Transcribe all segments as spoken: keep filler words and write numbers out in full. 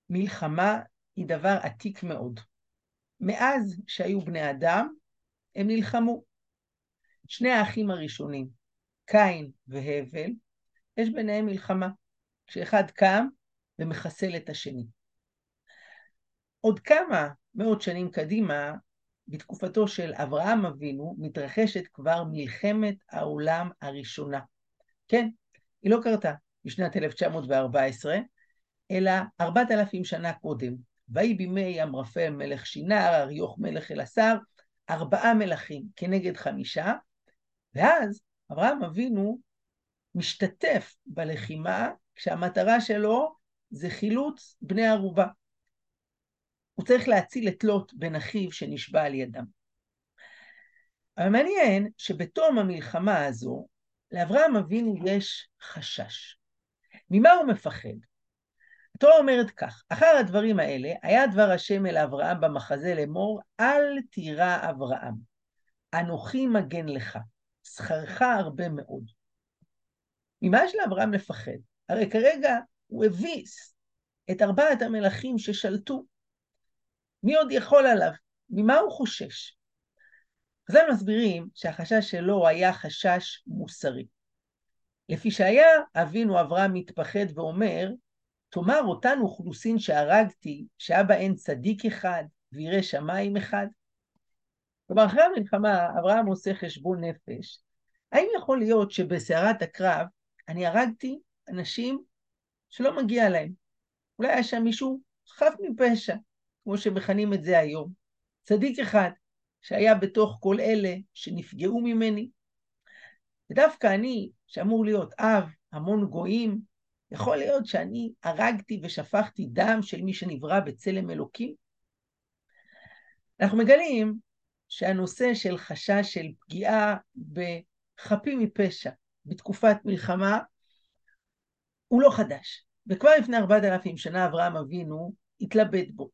מלחמה היא דבר עתיק מאוד. מאז שהיו בני אדם, הם נלחמו. שני האחים הראשונים, קין והבל, יש ביניהם מלחמה, כשאחד קם ומחסל את השני. עוד כמה מאות שנים קדימה, בתקופתו של אברהם אבינו, מתרחשת כבר מלחמת העולם הראשונה. כן, היא לא קרתה בשנת אלף תשע מאות וארבע עשרה, אלא ארבעת אלפים שנה קודם. ויהי בימי אמרפל מלך שינר, אריוך מלך אלעשר, ארבעה מלכים כנגד חמישה, ואז אברהם אבינו משתתף בלחימה, כשהמטרה שלו זה חילוץ בני ערובה. הוא צריך להציל את לוט בן אחיו שנשבע על ידם. אבל מעניין שבתום המלחמה הזו, לאברהם אבינו יש חשש. ממה הוא מפחד? התורה אומרת כך, אחר הדברים האלה, היה דבר השם אל אברהם במחזה לאמור, אל תירא אברהם, אנוכי מגן לך, שכרך הרבה מאוד. ממה יש לאברהם לפחד? הרי כרגע הוא הביס את ארבעת המלכים ששלטו. מי עוד יכול עליו? ממה הוא חושש? אז הם מסבירים שהחשש שלו היה חשש מוסרי. לפי שהיה, אבינו אברהם מתפחד ואומר, תאמר אותן אוכלוסין שהרגתי, שהיה בהן צדיק אחד וירא שמיים אחד. כלומר, אחרי המלחמה, אברהם עושה חשבון נפש. האם יכול להיות שבסערת הקרב אני הרגתי אנשים שלא מגיע להם? אולי היה שם מישהו חף מפשע, כמו שמכנים את זה היום. צדיק אחד שהיה בתוך כל אלה שנפגעו ממני. ודווקא אני, שאמור להיות אב המון גויים, יכול להיות שאני הרגתי ושפכתי דם של מי שנברא בצלם אלוקים? אנחנו מגלים שהנושא של חשש של פגיעה בחפים מפשע בתקופת מלחמה הוא לא חדש. וכבר לפני ארבעת אלפים שנה אברהם אבינו התלבט בו.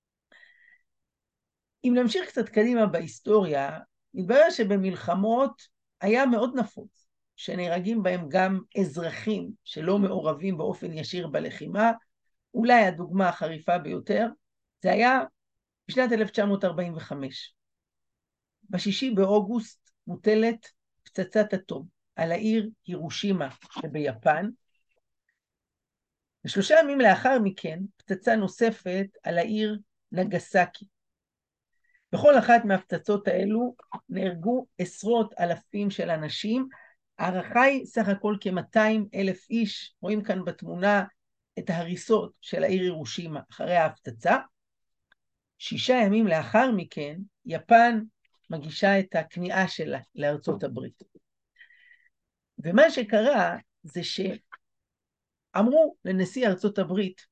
אם נמשיך קצת קדימה בהיסטוריה, מתברר שבמלחמות היה מאוד נפוץ, שנהרגים בהם גם אזרחים שלא מעורבים באופן ישיר בלחימה. אולי הדוגמה החריפה ביותר, זה היה בשנת אלף תשע מאות ארבעים וחמש. בשישי באוגוסט מוטלת פצצת אטום על העיר הירושימה שביפן, ושלושה ימים לאחר מכן פצצה נוספת על העיר נגסקי. בכל אחת מהפצצות האלו נהרגו עשרות אלפים של אנשים, הערכה היא סך הכל כ-מאתיים אלף איש. רואים כאן בתמונה את ההריסות של העיר הירושימה אחרי ההפצצה. שישה ימים לאחר מכן, יפן מגישה את הכניעה שלה לארצות הברית. ומה שקרה זה שאמרו לנשיא ארצות הברית,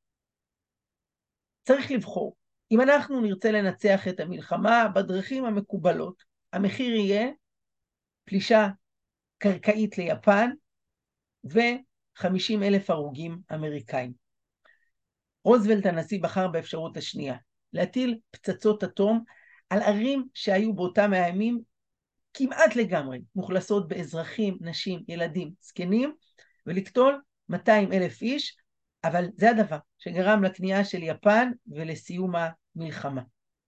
צריך לבחור. אם אנחנו נרצה לנצח את המלחמה בדרכים המקובלות, המחיר יהיה פלישה קרקעית ליפן ו-חמישים אלף הרוגים אמריקאים. רוזוולט הנשיא בחר באפשרות השנייה, להטיל פצצות אטום על ערים שהיו באותם הימים כמעט לגמרי מוכלסות באזרחים, נשים, ילדים, זקנים, ולקטול מאתיים אלף איש, אבל זה הדבר שגרם לכניעה של יפן ולסיום המלחמה.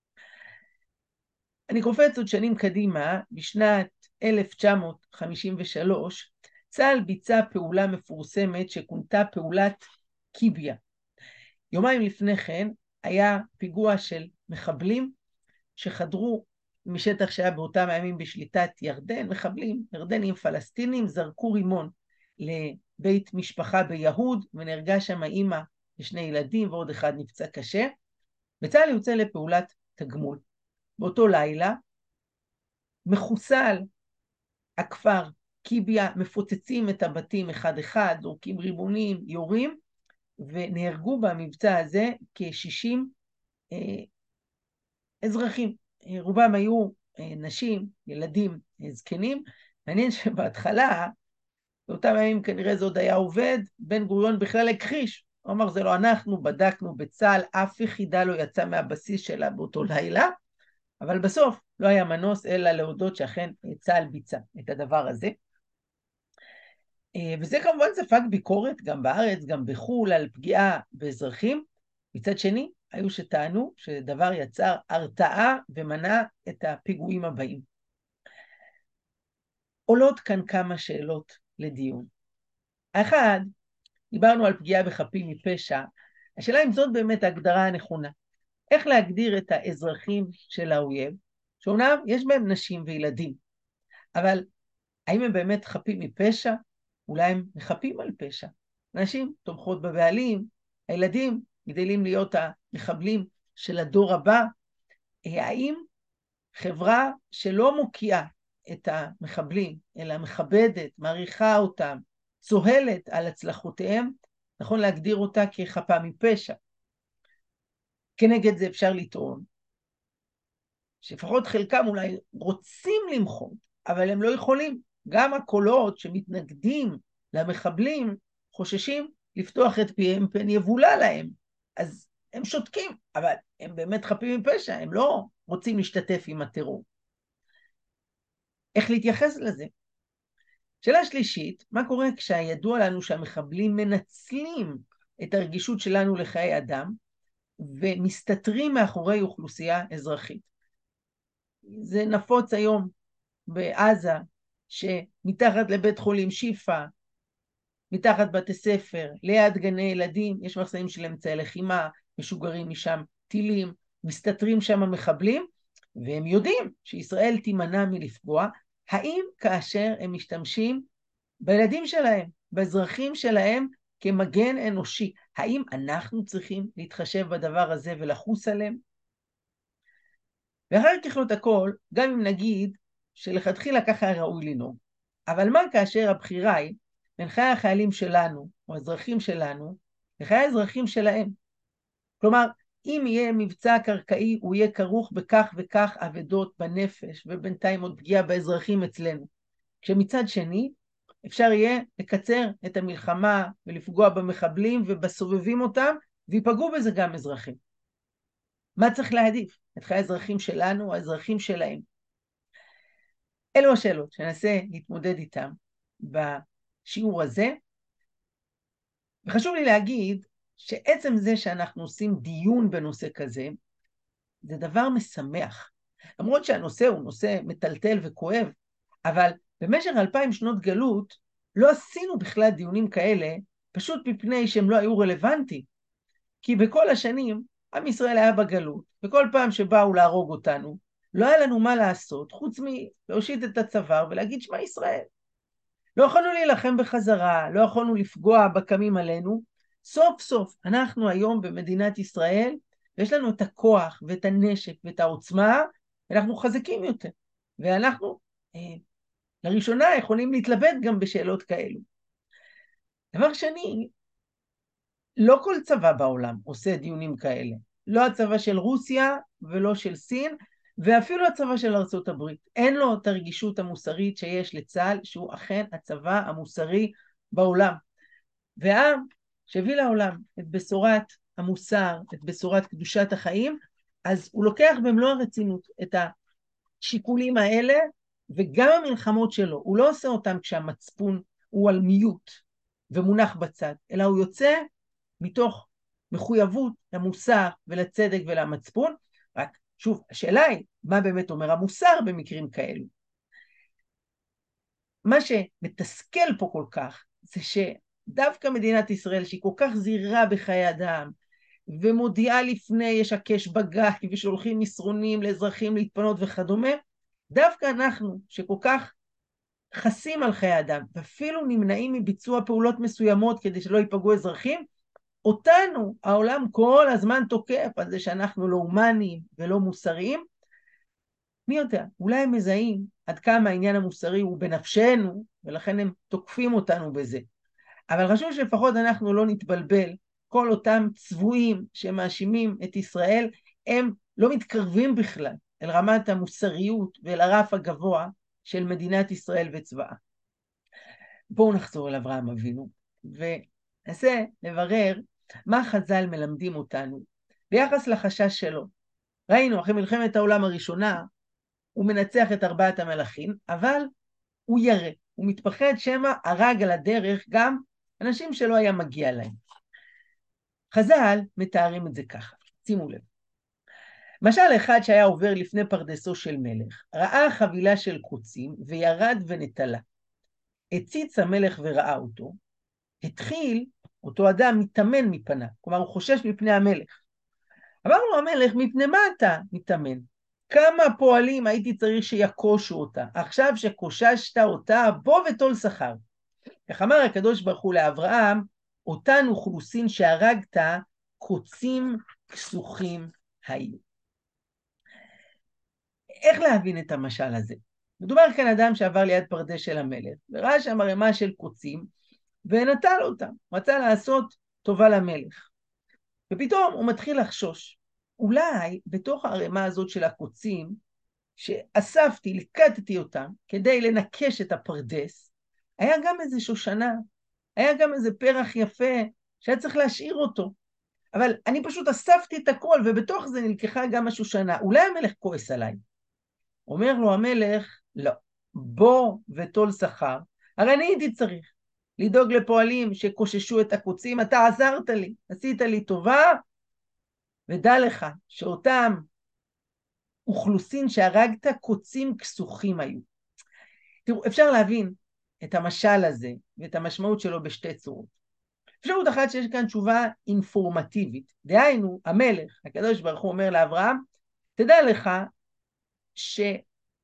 אני קופץ עוד שנים קדימה, בשנת אלף תשע מאות חמישים ושלוש, צה"ל ביצע פעולה מפורסמת שכונתה פעולת קיביה. יומיים לפני כן היה פיגוע של מחבלים שחדרו משטח שהיה באותם הימים בשליטת ירדן, מחבלים ירדנים פלסטינים, זרקו רימון לבית משפחה ביהוד, ונהרגה שם אמא ושני ילדים ועוד אחד נפצע קשה, וצה"ל יוצא לפעולת תגמול. באותו לילה מחוסל הכפר קיביה, מפוצצים את הבתים אחד אחד, זורקים רימונים, יורים, ונהרגו במבצע הזה כ-שישים אה, אזרחים. רובם היו אה, נשים, ילדים, אה, זקנים. מעניין שבהתחלה, באותם ימים כנראה זה עוד היה עובד, בן גוריון בכלל הכחיש. הוא אמר, זה לא אנחנו, בדקנו בצה"ל, אף יחידה לא יצא מהבסיס שלה באותו לילה, אבל בסוף לא היה מנוס אלא להודות שאכן צה"ל ביצע את הדבר הזה. וזה כמובן ספג ביקורת גם בארץ, גם בחו"ל, על פגיעה באזרחים, מצד שני, היו שטענו שדבר יצר הרתעה ומנע את הפיגועים הבאים. עולות כאן כמה שאלות לדיון. האחד, דיברנו על פגיעה בחפים מפשע, השאלה אם זאת באמת ההגדרה הנכונה. איך להגדיר את האזרחים של האויב, שאומנם יש בהם נשים וילדים, אבל האם הם באמת חפים מפשע? אולי הם מחפים על פשע. נשים תומכות בבעלים, הילדים גדלים להיות המחבלים של הדור הבא. האם חברה שלא מוקיעה את המחבלים, אלא מכבדת, מעריכה אותם, צוהלת על הצלחותיהם, נכון להגדיר אותה כחפה מפשע? כנגד זה אפשר לטעון, שפחות חלקם אולי רוצים למחות, אבל הם לא יכולים. גם הקולות שמתנגדים למחבלים חוששים לפתוח את פיהם פן יבולה להם. אז הם שותקים, אבל הם באמת חפים מפשע, הם לא רוצים להשתתף עם הטרור. איך להתייחס לזה? שאלה שלישית, מה קורה כשהידוע לנו שהמחבלים מנצלים את הרגישות שלנו לחיי אדם, ומסתתרים מאחורי אוכלוסייה אזרחית? זה נפוץ היום בעזה, שמתחת לבית חולים שיפה, מתחת בתי ספר, ליד גני ילדים, יש מחסנים של אמצעי לחימה, משוגרים משם טילים, מסתתרים שם מחבלים, והם יודעים שישראל תימנע מלפגוע. האם כאשר הם משתמשים בילדים שלהם, באזרחים שלהם, כמגן אנושי, האם אנחנו צריכים להתחשב בדבר הזה ולחוס עליהם? ואחר כך ככלות הכל, גם אם נגיד שלכתחילה ככה ראוי לנהוג, אבל מה כאשר הבחירה היא בין חיי החיילים שלנו, או האזרחים שלנו, לחיי האזרחים שלהם? כלומר, אם יהיה מבצע קרקעי, הוא יהיה כרוך בכך וכך עבדות בנפש, ובינתיים עוד פגיעה באזרחים אצלנו. כשמצד שני, אפשר יהיה לקצר את המלחמה ולפגוע במחבלים ובסובבים אותם, ויפגעו בזה גם אזרחים. מה צריך להעדיף? את חיי האזרחים שלנו או האזרחים שלהם? אלו השאלות שננסה להתמודד איתם בשיעור הזה. וחשוב לי להגיד שעצם זה שאנחנו עושים דיון בנושא כזה, זה דבר משמח. למרות שהנושא הוא נושא מטלטל וכואב, אבל במשך אלפיים שנות גלות לא עשינו בכלל דיונים כאלה, פשוט מפני שהם לא היו רלוונטיים. כי בכל השנים עם ישראל היה בגלות, וכל פעם שבאו להרוג אותנו, לא היה לנו מה לעשות, חוץ מלהושיט את הצוואר ולהגיד שמע ישראל. לא יכולנו להילחם בחזרה, לא יכולנו לפגוע בקמים עלינו. סוף סוף אנחנו היום במדינת ישראל, ויש לנו את הכוח ואת הנשק ואת העוצמה, ואנחנו חזקים יותר. ואנחנו אה, לראשונה יכולים להתלבט גם בשאלות כאלו. דבר שני, לא כל צבא בעולם עושה דיונים כאלה. לא הצבא של רוסיה ולא של סין, ואפילו הצבא של ארצות הברית. אין לו את הרגישות המוסרית שיש לצה"ל, שהוא אכן הצבא המוסרי בעולם. והעם שהביא לעולם את בשורת המוסר, את בשורת קדושת החיים, אז הוא לוקח במלוא הרצינות את השיקולים האלה, וגם המלחמות שלו, הוא לא עושה אותם כשהמצפון הוא על מיוט ומונח בצד, אלא הוא יוצא מתוך מחויבות למוסר ולצדק ולמצפון. רק שוב, השאלה היא, מה באמת אומר המוסר במקרים כאלו? מה שמתסכל פה כל כך, זה שדווקא מדינת ישראל, שהיא כל כך זהירה בחיי אדם, ומודיעה לפני יש הקש בגיא, ושולחים מסרונים לאזרחים להתפנות וכדומה, דווקא אנחנו, שכל כך חסים על חיי אדם, ואפילו נמנעים מביצוע פעולות מסוימות כדי שלא ייפגעו אזרחים, אותנו העולם כל הזמן תוקף על זה שאנחנו לא הומניים ולא מוסריים. מי יודע, אולי הם מזהים עד כמה העניין המוסרי הוא בנפשנו, ולכן הם תוקפים אותנו בזה. אבל חשוב שלפחות אנחנו לא נתבלבל, כל אותם צבועים שמאשימים את ישראל, הם לא מתקרבים בכלל אל רמת המוסריות ואל הרף הגבוה של מדינת ישראל וצבאה. בואו נחזור אל אברהם אבינו, וננסה לברר מה חז"ל מלמדים אותנו ביחס לחשש שלו. ראינו, אחרי מלחמת העולם הראשונה, הוא מנצח את ארבעת המלכים, אבל הוא ירא, הוא מתפחד שמא הרג על הדרך גם אנשים שלא היה מגיע להם. חז"ל מתארים את זה ככה, שימו לב. משל אחד שהיה עובר לפני פרדסו של מלך, ראה חבילה של קוצים וירד ונטלה. הציץ המלך וראה אותו, התחיל אותו אדם מתאמן מפניו, כלומר הוא חושש מפני המלך. אמר לו המלך, מפני מה אתה מתאמן? כמה פועלים הייתי צריך שיקושו אותה, עכשיו שקוששת אותה, בוא ותול שכר. כך אמר הקדוש ברוך הוא לאברהם, אותן אוכלוסין שהרגת, קוצים כסוכים היו. איך להבין את המשל הזה? מדובר כאן אדם שעבר ליד פרדס של המלך, וראה שם ערימה של קוצים, ונטל אותם, רצה לעשות טובה למלך. ופתאום הוא מתחיל לחשוש. אולי בתוך הערימה הזאת של הקוצים, שאספתי, ליקטתי אותם, כדי לנקש את הפרדס, היה גם איזה שושנה, היה גם איזה פרח יפה, שהיה צריך להשאיר אותו. אבל אני פשוט אספתי את הכל, ובתוך זה נלקחה גם השושנה. אולי המלך כועס עליי. אומר לו המלך, לא, בוא ותול שכר. הרי אני הייתי צריך לדאוג לפועלים שקוששו את הקוצים, אתה עזרת לי, עשית לי טובה, ודע לך שאותם אוכלוסין שהרגת, קוצים כסוכים היו. תראו, אפשר להבין את המשל הזה ואת המשמעות שלו בשתי צורות. אפשרות אחת שיש כאן תשובה אינפורמטיבית, דהיינו, המלך, הקדוש ברוך הוא אומר לאברהם, תדע לך שמה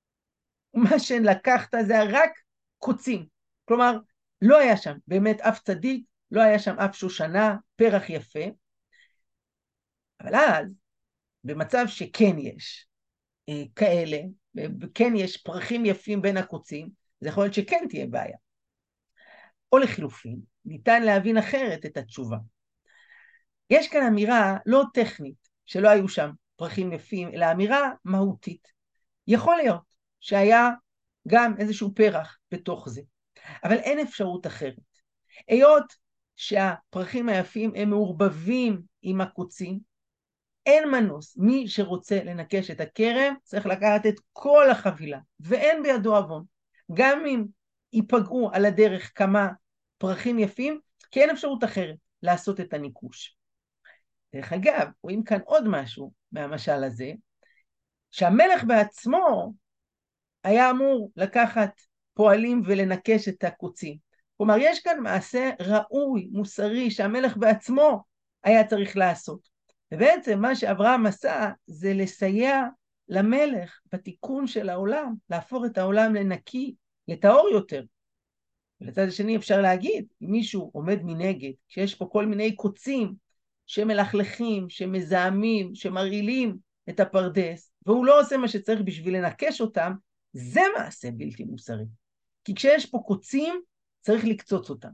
שלקחת זה רק קוצים, כלומר, לא היה שם באמת אף צדיק, לא היה שם אף שושנה, פרח יפה, אבל אז, במצב שכן יש אה, כאלה, וכן יש פרחים יפים בין הקוצים, זה יכול להיות שכן תהיה בעיה. או לחילופין, ניתן להבין אחרת את התשובה. יש כאן אמירה לא טכנית, שלא היו שם פרחים יפים, אלא אמירה מהותית. יכול להיות שהיה גם איזשהו פרח בתוך זה, אבל אין אפשרות אחרת. היות שהפרחים היפים הם מעורבבים עם הקוצים, אין מנוס, מי שרוצה לנקש את הכרם צריך לקחת את כל החבילה, ואין בידו אבון. גם אם ייפגעו על הדרך כמה פרחים יפים, כי אין אפשרות אחרת לעשות את הניקוש. דרך אגב, רואים כאן עוד משהו מהמשל הזה, שהמלך בעצמו היה אמור לקחת פועלים ולנקש את הקוצים. כלומר, יש כאן מעשה ראוי, מוסרי, שהמלך בעצמו היה צריך לעשות. ובעצם מה שאברהם עשה זה לסייע למלך בתיקון של העולם, להפוך את העולם לנקי, לטהור יותר. ולצד השני אפשר להגיד, אם מישהו עומד מנגד, שיש פה כל מיני קוצים שמלכלכים, שמזהמים, שמרעילים את הפרדס, והוא לא עושה מה שצריך בשביל לנקש אותם, זה מעשה בלתי מוסרי. כי כשיש פה קוצים, צריך לקצוץ אותם.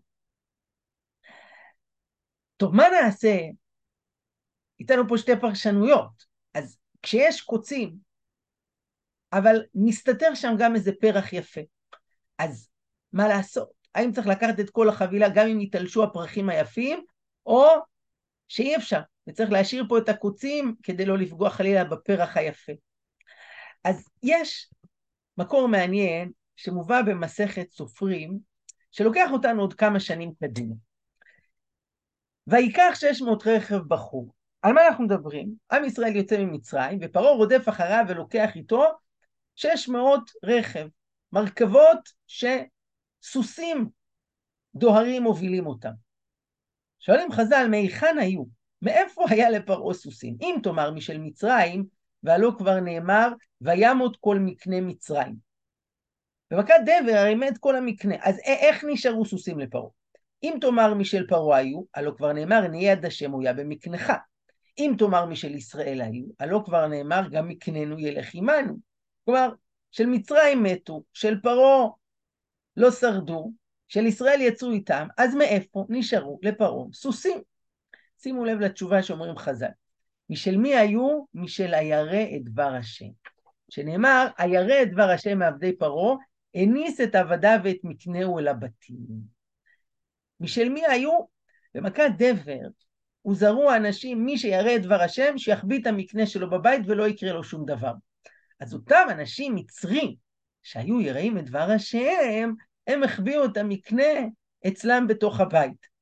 טוב, מה נעשה? איתנו פה שתי פרשנויות. אז כשיש קוצים, אבל מסתתר שם גם איזה פרח יפה, אז מה לעשות? האם צריך לקחת את כל החבילה גם אם יתלשו הפרחים היפים, או שאי אפשר, וצריך להשאיר פה את הקוצים כדי לא לפגוע חלילה בפרח היפה. אז יש מקור מעניין שמובא במסכת סופרים, שלוקח אותנו עוד כמה שנים קדימה. ויקח שש מאות רכב בחור. על מה אנחנו מדברים? עם ישראל יוצא ממצרים, ופרעה רודף אחריו ולוקח איתו שש מאות רכב, מרכבות שסוסים דוהרים מובילים אותם. שואלים חז"ל, מהיכן היו? מאיפה היה לפרעה סוסים? אם תאמר משל מצרים, והלא כבר נאמר, וימות כל מקנה מצרים. במכת דבר הרי מת כל המקנה, אז איך נשארו סוסים לפרעה? אם תאמר משל פרעה היו, הלא כבר נאמר, נהיה יד השם הוא במקנך. אם תאמר משל ישראל היו, הלא כבר נאמר, גם מקננו ילך עמנו. כלומר, של מצרים מתו, של פרעה לא שרדו, של ישראל יצאו איתם, אז מאיפה נשארו לפרעה סוסים? שימו לב לתשובה שאומרים חז"ל. משל מי היו? משל הירא את דבר השם. שנאמר, הירא את דבר השם מעבדי פרעה, הניס את עבדיו ואת מקנהו אל הבתים. משל מי היו? במכת דבר, הוזהרו האנשים, מי שירא את דבר השם, שיחביא את המקנה שלו בבית ולא יקרה לו שום דבר. אז אותם אנשים מצרים, שהיו יראים את דבר השם, הם החביאו את המקנה אצלם בתוך הבית.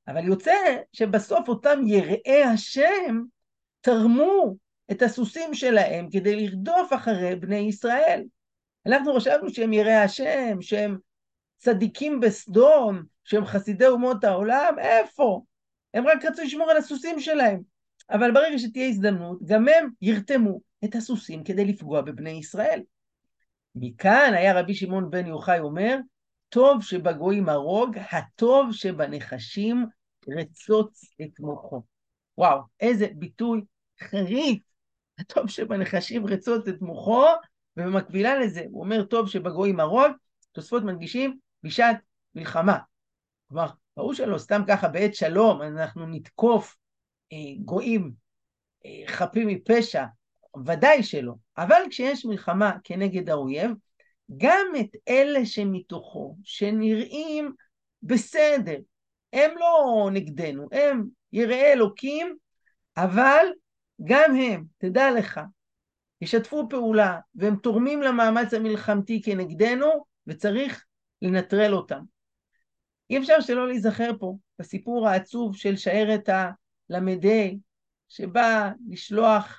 אבל יוצא שבסוף אותם יראי השם תרמו את הסוסים שלהם כדי לרדוף אחרי בני ישראל. אנחנו חשבנו שהם יראי השם, שהם צדיקים בסדום, שהם חסידי אומות העולם, איפה? הם רק רצו לשמור על הסוסים שלהם. אבל ברגע שתהיה הזדמנות, גם הם ירתמו את הסוסים כדי לפגוע בבני ישראל. מכאן היה רבי שמעון בן יוחאי אומר, טוב שבגויים הרוג, הטוב שבנחשים רצוץ את מוחו. וואו, איזה ביטוי חריף. הטוב שבנחשים רצוץ את מוחו, ובמקבילה לזה, הוא אומר טוב שבגויים הרוג, תוספות מדגישים, בשעת מלחמה. כלומר, ברור שלא, סתם ככה בעת שלום, אנחנו נתקוף אה, גויים אה, חפים מפשע, ודאי שלא. אבל כשיש מלחמה כנגד האויב, גם את אלה שמתוכו, שנראים בסדר, הם לא נגדנו, הם יראי אלוקים, אבל גם הם, תדע לך, ישתפו פעולה, והם תורמים למאמץ המלחמתי כנגדנו, וצריך לנטרל אותם. אי אפשר שלא להיזכר פה בסיפור העצוב של שיירת הלמדי, שבא לשלוח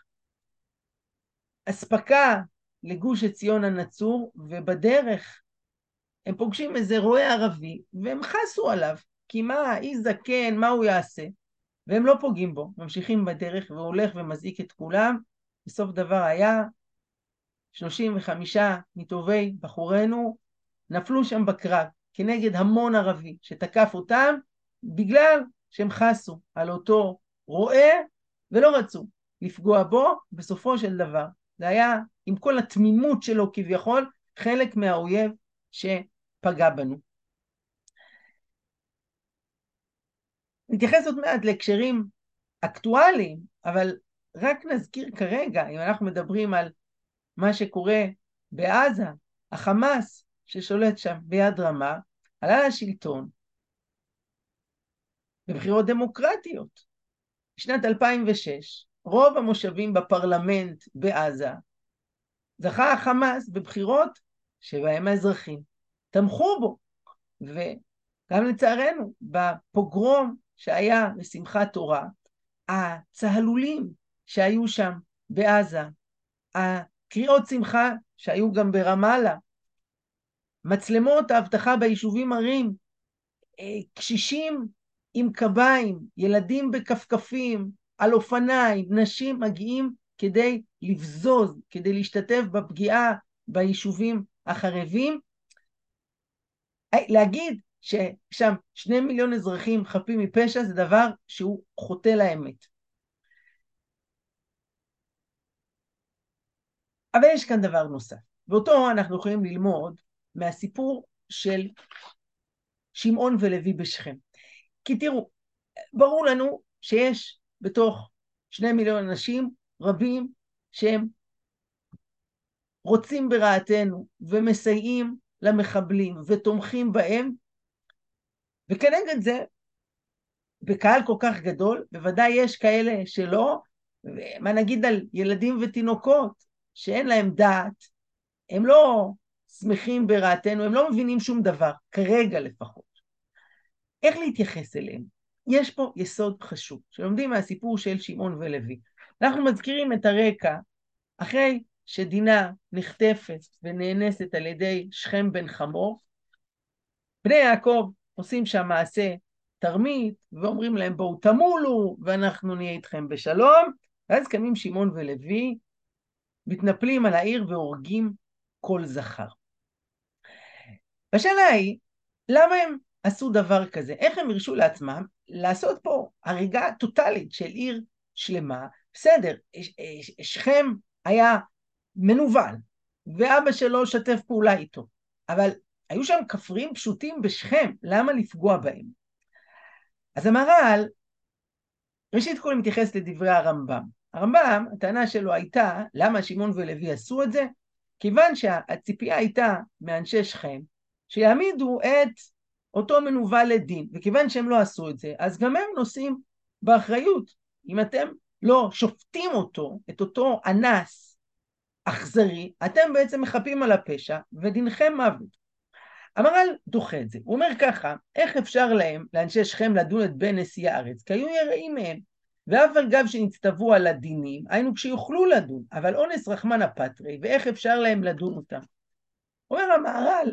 אספקה לגוש עציון הנצור, ובדרך הם פוגשים איזה רועה ערבי, והם חסו עליו, כי מה, איש זקן, מה הוא יעשה? והם לא פוגעים בו, ממשיכים בדרך, והוא הולך ומזעיק את כולם. בסוף דבר היה, שלושים וחמישה מטובי בחורנו נפלו שם בקרב, כנגד המון ערבי שתקף אותם, בגלל שהם חסו על אותו רועה, ולא רצו לפגוע בו. בסופו של דבר, זה היה עם כל התמימות שלו כביכול, חלק מהאויב שפגע בנו. נתייחס עוד מעט להקשרים אקטואליים, אבל רק נזכיר כרגע, אם אנחנו מדברים על מה שקורה בעזה, החמאס ששולט שם ביד רמה, עלה לשלטון בבחירות דמוקרטיות. בשנת אלפיים ושש, רוב המושבים בפרלמנט בעזה, זכה החמאס בבחירות שבהם האזרחים תמכו בו. וגם לצערנו, בפוגרום שהיה לשמחת תורה, הצהלולים שהיו שם בעזה, הקריאות שמחה שהיו גם ברמאללה, מצלמות האבטחה ביישובים ערים, קשישים עם קביים, ילדים בכפכפים, על אופניים, נשים מגיעים כדי לבזוז, כדי להשתתף בפגיעה ביישובים החרבים. להגיד ששם שני מיליון אזרחים חפים מפשע זה דבר שהוא חוטא לאמת. אבל יש כאן דבר נוסף, ואותו אנחנו יכולים ללמוד מהסיפור של שמעון ולוי בשכם. כי תראו, ברור לנו שיש בתוך שני מיליון אנשים רבים שהם רוצים ברעתנו ומסייעים למחבלים ותומכים בהם, וכנגד זה, בקהל כל כך גדול, בוודאי יש כאלה שלא, מה נגיד על ילדים ותינוקות שאין להם דעת, הם לא שמחים ברעתנו, הם לא מבינים שום דבר, כרגע לפחות. איך להתייחס אליהם? יש פה יסוד חשוב, שלומדים מהסיפור של שמעון ולוי. אנחנו מזכירים את הרקע, אחרי שדינה נחטפת ונאנסת על ידי שכם בן חמור, בני יעקב עושים שם מעשה תרמית, ואומרים להם בואו תמולו, ואנחנו נהיה איתכם בשלום, ואז קמים שמעון ולוי, מתנפלים על העיר והורגים כל זכר. השאלה היא, למה הם עשו דבר כזה? איך הם הרשו לעצמם לעשות פה הריגה טוטלית של עיר שלמה? בסדר, שכם היה מנוול, ואבא שלו שתף פעולה איתו, אבל היו שם כפרים פשוטים בשכם, למה לפגוע בהם? אז המהר"ל, ראשית כל מתייחס לדברי הרמב"ם. הרמב"ם, הטענה שלו הייתה, למה שמעון ולוי עשו את זה? כיוון שהציפייה הייתה מאנשי שכם, שיעמידו את אותו מנוול לדין, וכיוון שהם לא עשו את זה, אז גם הם נושאים באחריות. אם אתם לא שופטים אותו, את אותו אנס אכזרי, אתם בעצם מחפים על הפשע, ודינכם מוות. המהר"ל דוחה את זה. הוא אומר ככה, איך אפשר להם, לאנשי שכם, לדון את בן נשיא הארץ? כי היו יראים מהם. ואף על גב שנצטוו על הדינים, היינו כשיוכלו לדון, אבל אונס רחמנא פטרי, ואיך אפשר להם לדון אותם? אומר המהר"ל,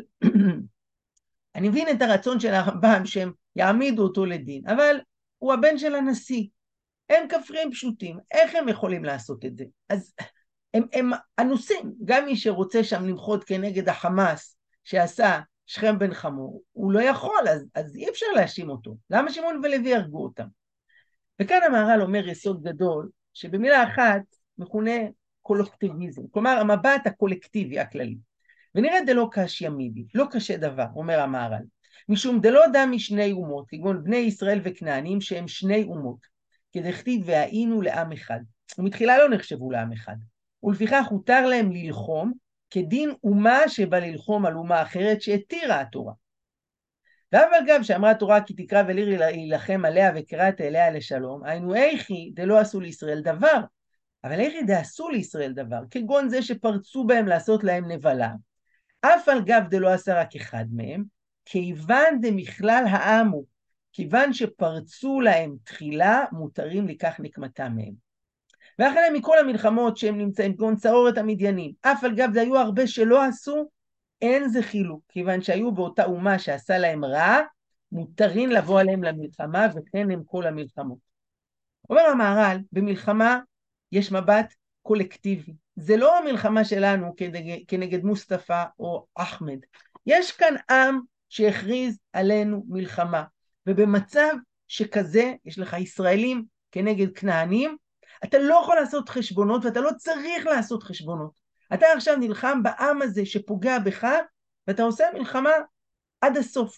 אני מבין את הרצון של הרמב"ם שהם יעמידו אותו לדין, אבל הוא הבן של הנשיא. הם כפריים פשוטים, איך הם יכולים לעשות את זה? אז הם, הם אנוסים, גם מי שרוצה שם למחות כנגד החמאס שעשה שכם בן חמור, הוא לא יכול, אז, אז אי אפשר להאשים אותו. למה שמעון ולוי הרגו אותם? וכאן המהר"ל אומר יסוד גדול, שבמילה אחת מכונה קולקטיביזם, כלומר המבט הקולקטיבי הכללי. ונראה דלא קשיא מידי, לא קשה דבר, אומר המהר"ל, משום דלא דם משני אומות, כגון בני ישראל וכנענים שהם שני אומות, כדכתיב והיינו לעם אחד, ומתחילה לא נחשבו לעם אחד, ולפיכך הותר להם ללחום, כדין אומה שבא ללחום על אומה אחרת שהתירה התורה. ואף על גב שאמרה התורה כי תקרא וליר להילחם עליה וקראת אליה לשלום, היינו איכי דלא עשו לישראל דבר, אבל איכי דעשו לישראל דבר, כגון זה שפרצו בהם לעשות להם נבלה, אף על גב דלא עשה רק אחד מהם, כיוון דמכלל העמו, כיוון שפרצו להם תחילה, מותרים לכך נקמתם מהם. ואחרי מכל המלחמות שהם נמצאים, כגון צרורת המדיינים, אף על גב זה היו הרבה שלא עשו, אין זה חילוק, כיוון שהיו באותה אומה שעשה להם רע, מותרים לבוא עליהם למלחמה, וכן הם כל המלחמות. אומר המהר"ל, במלחמה יש מבט קולקטיבי. זה לא המלחמה שלנו כנגד, כנגד מוסטפא או אחמד. יש כאן עם שהכריז עלינו מלחמה, ובמצב שכזה, יש לך ישראלים כנגד כנענים, אתה לא יכול לעשות חשבונות, ואתה לא צריך לעשות חשבונות. אתה עכשיו נלחם בעם הזה שפוגע בך, ואתה עושה מלחמה עד הסוף.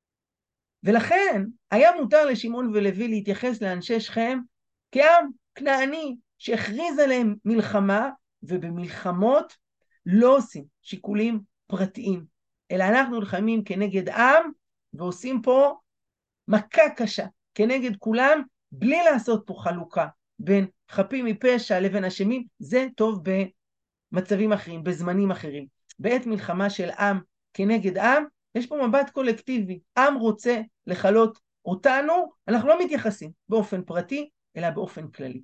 ולכן היה מותר לשמעון ולוי להתייחס לאנשי שכם כעם כנעני שהכריז עליהם מלחמה, ובמלחמות לא עושים שיקולים פרטיים, אלא אנחנו נלחמים כנגד עם, ועושים פה מכה קשה כנגד כולם, בלי לעשות פה חלוקה בין חפים מפשע לבין אשמים. זה טוב במצבים אחרים, בזמנים אחרים. בעת מלחמה של עם כנגד עם, יש פה מבט קולקטיבי. עם רוצה לחלות אותנו, אנחנו לא מתייחסים באופן פרטי, אלא באופן כללי.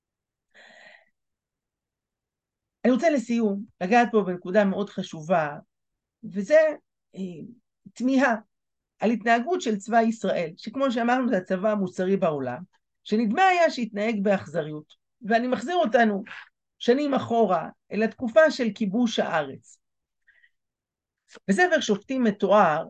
אני רוצה לסיום לגעת פה בנקודה מאוד חשובה, וזה אה, תמיהה על התנהגות של צבא ישראל, שכמו שאמרנו זה הצבא המוסרי בעולם, שנדמה היה שהתנהג באכזריות. ואני מחזיר אותנו שנים אחורה אל התקופה של כיבוש הארץ. בספר שופטים מתואר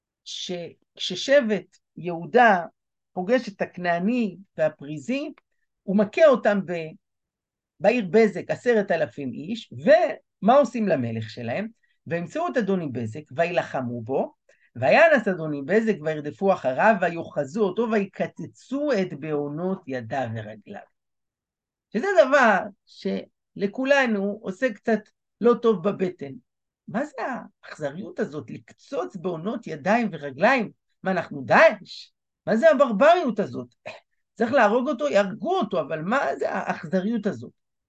שכששבט יהודה פוגש את הכנעני והפריזי, הוא מכה אותם ב... בעיר בזק עשרת אלפים איש, ומה עושים למלך שלהם? וימצאו את אדוני בזק וילחמו בו, וינס אדוני בזק וירדפו אחריו ויוחזו אותו ויקצצו את בעונות ידיו ורגליו. שזה דבר שלכולנו עושה קצת לא טוב בבטן. מה זה האכזריות הזאת? לקצוץ בעונות ידיים ורגליים? מה, אנחנו דאעש? מה זה הברבריות הזאת? צריך להרוג אותו, יהרגו אותו, אבל מה זה האכזריות הזאת?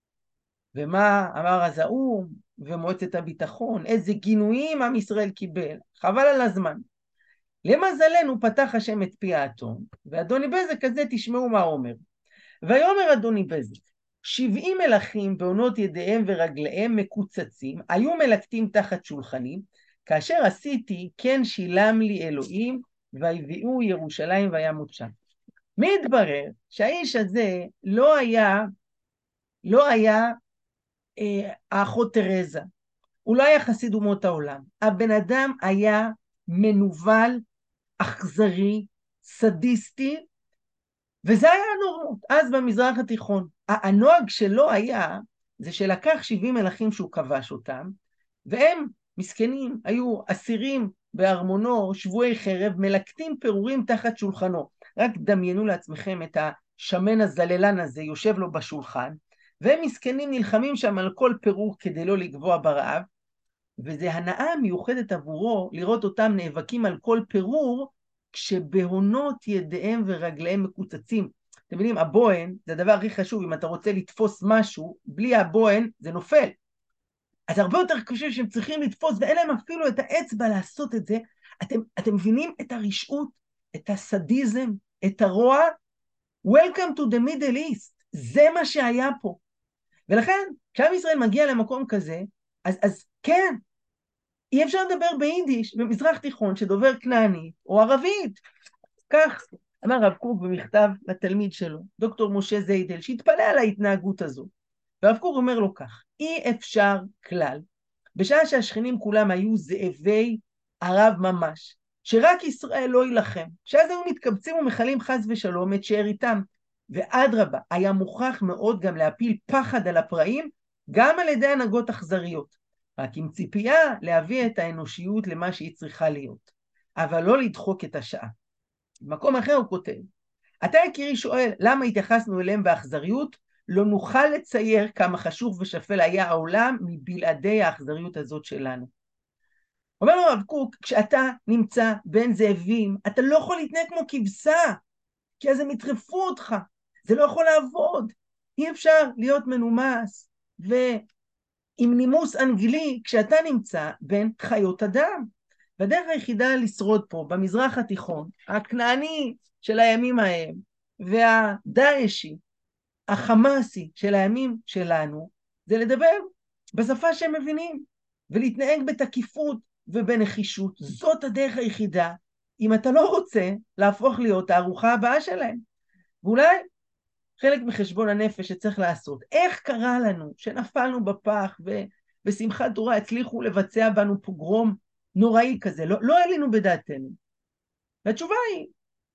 ומה אמר אז האו"ם ומועצת הביטחון? איזה גינויים עם ישראל קיבל, חבל על הזמן. למזלנו פתח השם את פי האתון, ואדוני בזק הזה תשמעו מה אומר. ויאמר אדוני בזק, שבעים מלכים בעונות ידיהם ורגליהם מקוצצים, היו מלקטים תחת שולחנים, כאשר עשיתי כן שילם לי אלוהים, ויביאו ירושלים וימות שם. מתברר שהאיש הזה לא היה, לא היה אה, האחות תרזה, הוא לא היה חסיד אומות העולם. הבן אדם היה מנוול, אכזרי, סדיסטי, וזה היה הנורמות, אז במזרח התיכון. הנוהג שלו היה, זה שלקח שבעים מלכים שהוא כבש אותם, והם מסכנים, היו אסירים בארמונו, שבועי חרב, מלקטים פירורים תחת שולחנו. רק דמיינו לעצמכם את השמן הזללן הזה, יושב לו בשולחן, והם מסכנים נלחמים שם על כל פירור כדי לא לגבוע ברעב, וזה הנאה מיוחדת עבורו לראות אותם נאבקים על כל פירור, כשבהונות ידיהם ורגליהם מקוצצים. אתם יודעים, הבוהן זה הדבר הכי חשוב, אם אתה רוצה לתפוס משהו, בלי הבוהן זה נופל. אז הרבה יותר קשה שהם צריכים לתפוס, ואין להם אפילו את האצבע לעשות את זה, אתם, אתם מבינים את הרשעות, את הסדיזם, את הרוע? Welcome to the Middle East. זה מה שהיה פה. ולכן, כשעם ישראל מגיע למקום כזה, אז, אז כן, אי אפשר לדבר ביידיש במזרח תיכון שדובר כנענית או ערבית. כך אמר רב קוק במכתב לתלמיד שלו, דוקטור משה זיידל, שהתפלא על ההתנהגות הזו. ורב קוק אומר לו כך, אי אפשר כלל, בשעה שהשכנים כולם היו זאבי ערב ממש, שרק ישראל לא ילחם, שאז היו מתקבצים ומחלים חס ושלום את שאריתם, ואדרבה, היה מוכרח מאוד גם להפיל פחד על הפראים, גם על ידי הנהגות אכזריות, רק עם ציפייה להביא את האנושיות למה שהיא צריכה להיות, אבל לא לדחוק את השעה. במקום אחר הוא כותב, אתה יקירי שואל, למה התייחסנו אליהם באכזריות? לא נוכל לצייר כמה חשוך ושפל היה העולם מבלעדי האכזריות הזאת שלנו. אומר לו רב קוק, כשאתה נמצא בין זאבים, אתה לא יכול להתנהג כמו כבשה, כי אז הם יטרפו אותך, זה לא יכול לעבוד. אי אפשר להיות מנומס ועם נימוס אנגלי כשאתה נמצא בין חיות אדם. והדרך היחידה לשרוד פה, במזרח התיכון, הכנעני של הימים ההם, והדאעשי, החמאסי של הימים שלנו, זה לדבר בשפה שהם מבינים, ולהתנהג בתקיפות ובנחישות. זאת הדרך היחידה, אם אתה לא רוצה להפוך להיות הארוחה הבאה שלהם. ואולי חלק מחשבון הנפש שצריך לעשות, איך קרה לנו שנפלנו בפח ובשמחת תורה הצליחו לבצע בנו פוגרום נוראי כזה, לא, לא עלינו בדעתנו. והתשובה היא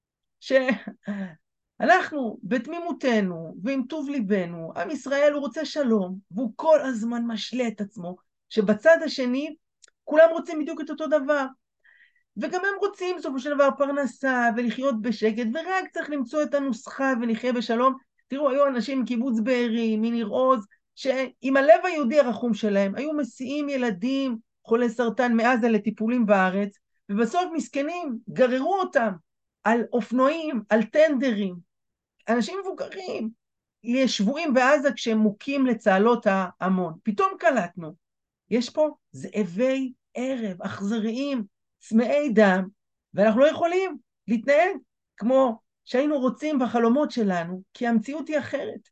שאנחנו בתמימותנו ועם טוב ליבנו, עם ישראל הוא רוצה שלום, והוא כל הזמן משלה את עצמו, שבצד השני כולם רוצים בדיוק את אותו דבר, וגם הם רוצים בסופו של דבר פרנסה ולחיות בשקט, ורק צריך למצוא את הנוסחה ונחיה בשלום. תראו, היו אנשים מקיבוץ בארי, מניר עוז, שעם הלב היהודי הרחום שלהם, היו מסיעים ילדים חולי סרטן מעזה לטיפולים בארץ, ובסוף מסכנים גררו אותם על אופנועים, על טנדרים, אנשים מבוגרים, שבועים בעזה כשהם מוכים לצהלות ההמון. פתאום קלטנו, יש פה זאבי ערב, אכזריים, צמאי דם, ואנחנו לא יכולים להתנהג כמו שהיינו רוצים בחלומות שלנו, כי המציאות היא אחרת.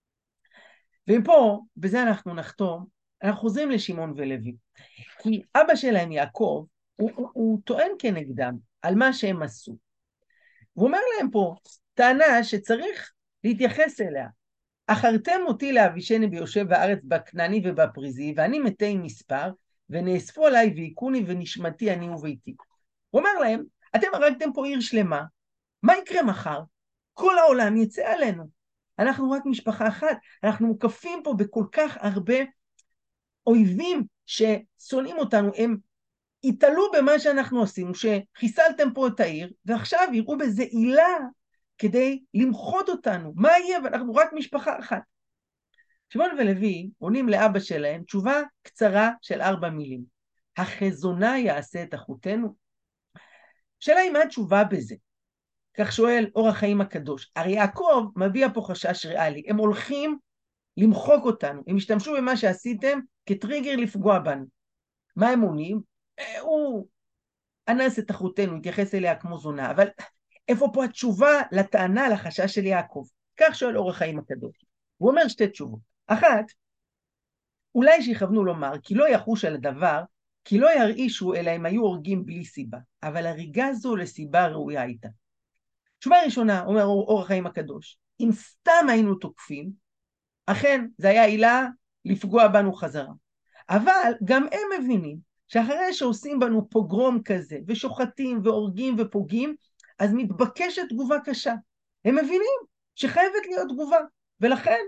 ופה, בזה אנחנו נחתום, אנחנו חוזרים לשמעון ולוי. כי אבא שלהם יעקב, הוא, הוא, הוא טוען כנגדם על מה שהם עשו. הוא אומר להם פה, טענה שצריך להתייחס אליה. אחרתם אותי להבישני ביושב בארץ בכנעני ובפריזי, ואני מתה עם מספר, ונאספו עליי ויקוני ונשמתי אני וביתי. הוא אומר להם, אתם הרגתם פה עיר שלמה, מה יקרה מחר? כל העולם יצא עלינו. אנחנו רק משפחה אחת, אנחנו מוקפים פה בכל כך הרבה אויבים ששונאים אותנו, הם התעלו במה שאנחנו עשינו, שחיסלתם פה את העיר, ועכשיו יראו בזה עילה כדי למחות אותנו. מה יהיה? ואנחנו רק משפחה אחת. שמעון ולוי עונים לאבא שלהם תשובה קצרה של ארבע מילים. החזונה יעשה את אחותנו? שאלה היא מה התשובה בזה? כך שואל אור החיים הקדוש. הרי יעקב מביא פה חשש ריאלי. הם הולכים למחוק אותנו. הם השתמשו במה שעשיתם כטריגר לפגוע בנו. מה הם עונים? הוא אנס את אחותנו, התייחס אליה כמו זונה. אבל איפה פה התשובה לטענה, לחשש של יעקב? כך שואל אור החיים הקדוש. הוא אומר שתי תשובות. אחת, אולי שיכוונו לומר, כי לא יחוש על הדבר, כי לא ירעישו, אלא הם היו הורגים בלי סיבה. אבל הריגה זו לסיבה ראויה הייתה. תשובה ראשונה, אומר אור החיים הקדוש, אם סתם היינו תוקפים, אכן, זה היה עילה לפגוע בנו חזרה. אבל גם הם מבינים שאחרי שעושים בנו פוגרום כזה, ושוחטים והורגים ופוגעים, אז מתבקשת תגובה קשה. הם מבינים שחייבת להיות תגובה, ולכן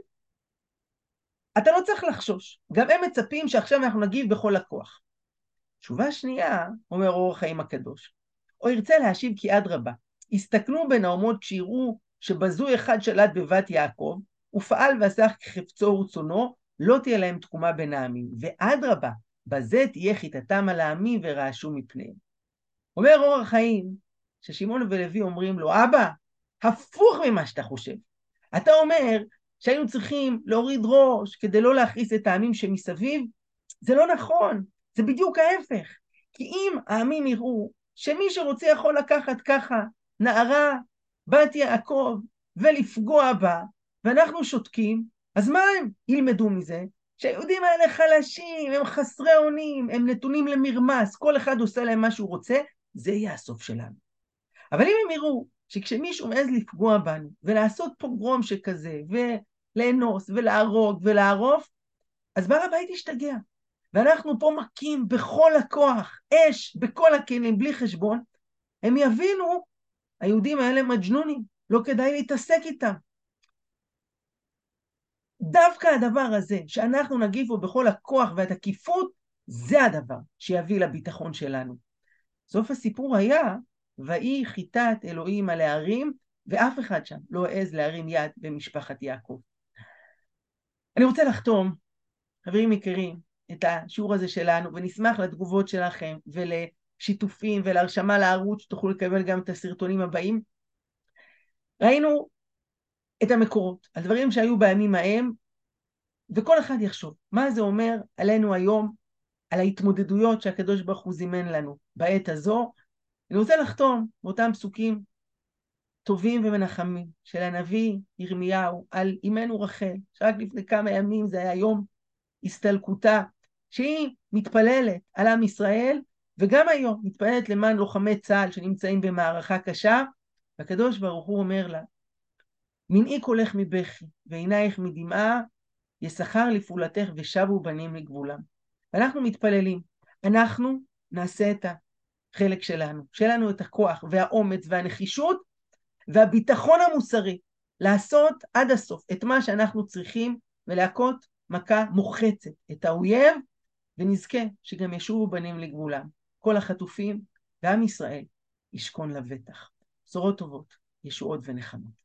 אתה לא צריך לחשוש. גם הם מצפים שעכשיו אנחנו נגיב בכל הכוח. תשובה שנייה, אומר אור החיים הקדוש, או ירצה להשיב כי אדרבה, הסתכנו בין האומות כשיראו שבזוי אחד שלט בבת יעקב, ופעל ועשה כחפצו ורצונו, לא תהיה להם תקומה בין העמים. ואדרבה, בזה תהיה חיתתם על העמים ורעשו מפניהם. אומר אור החיים, ששמעון ולוי אומרים לו, אבא, הפוך ממה שאתה חושב. אתה אומר שהיינו צריכים להוריד ראש כדי לא להכעיס את העמים שמסביב. זה לא נכון, זה בדיוק ההפך. כי אם העמים יראו שמי שרוצה יכול לקחת ככה נערה, בת יעקב, ולפגוע בה, ואנחנו שותקים, אז מה הם ילמדו מזה? שהיהודים האלה חלשים, הם חסרי אונים, הם נתונים למרמס, כל אחד עושה להם מה שהוא רוצה, זה יהיה הסוף שלנו. אבל אם הם יראו שכשמישהו מעז לפגוע בנו, ולעשות פוגרום שכזה, ולאנוס, ולהרוג, ולערוף, אז בעל הבית ישתגע. ואנחנו פה מכים בכל הכוח, אש, בכל הכלים, בלי חשבון, הם יבינו, היהודים האלה מג'נונים, לא כדאי להתעסק איתם. דווקא הדבר הזה, שאנחנו נגיב בו בכל הכוח והתקיפות, זה הדבר שיביא לביטחון שלנו. סוף הסיפור היה, ויהי חיטת אלוהים על ההרים, ואף אחד שם לא העז להרים יד במשפחת יעקב. אני רוצה לחתום, חברים יקרים, את השיעור הזה שלנו, ונשמח לתגובות שלכם, ולשיתופים, ולהרשמה לערוץ, שתוכלו לקבל גם את הסרטונים הבאים. ראינו את המקורות, הדברים שהיו בימים ההם, וכל אחד יחשוב, מה זה אומר עלינו היום, על ההתמודדויות שהקדוש ברוך הוא זימן לנו בעת הזו. אני רוצה לחתום באותם פסוקים טובים ומנחמים של הנביא ירמיהו על אמנו רחל, שרק לפני כמה ימים זה היה יום הסתלקותה, שהיא מתפללת על עם ישראל, וגם היום מתפללת למען לוחמי צה"ל שנמצאים במערכה קשה, והקדוש ברוך הוא אומר לה, מנעי קולך מבכי ועינייך מדמעה, יששכר לפעולתך ושבו בנים לגבולם. ואנחנו מתפללים, אנחנו נעשה את החלק שלנו, שיהיה לנו את הכוח והאומץ והנחישות, והביטחון המוסרי, לעשות עד הסוף את מה שאנחנו צריכים, ולהכות מכה מוחצת את האויב, ונזכה שגם ישובו בנים לגבולם. כל החטופים ועם ישראל ישכון לבטח. בשורות טובות, ישועות ונחמות.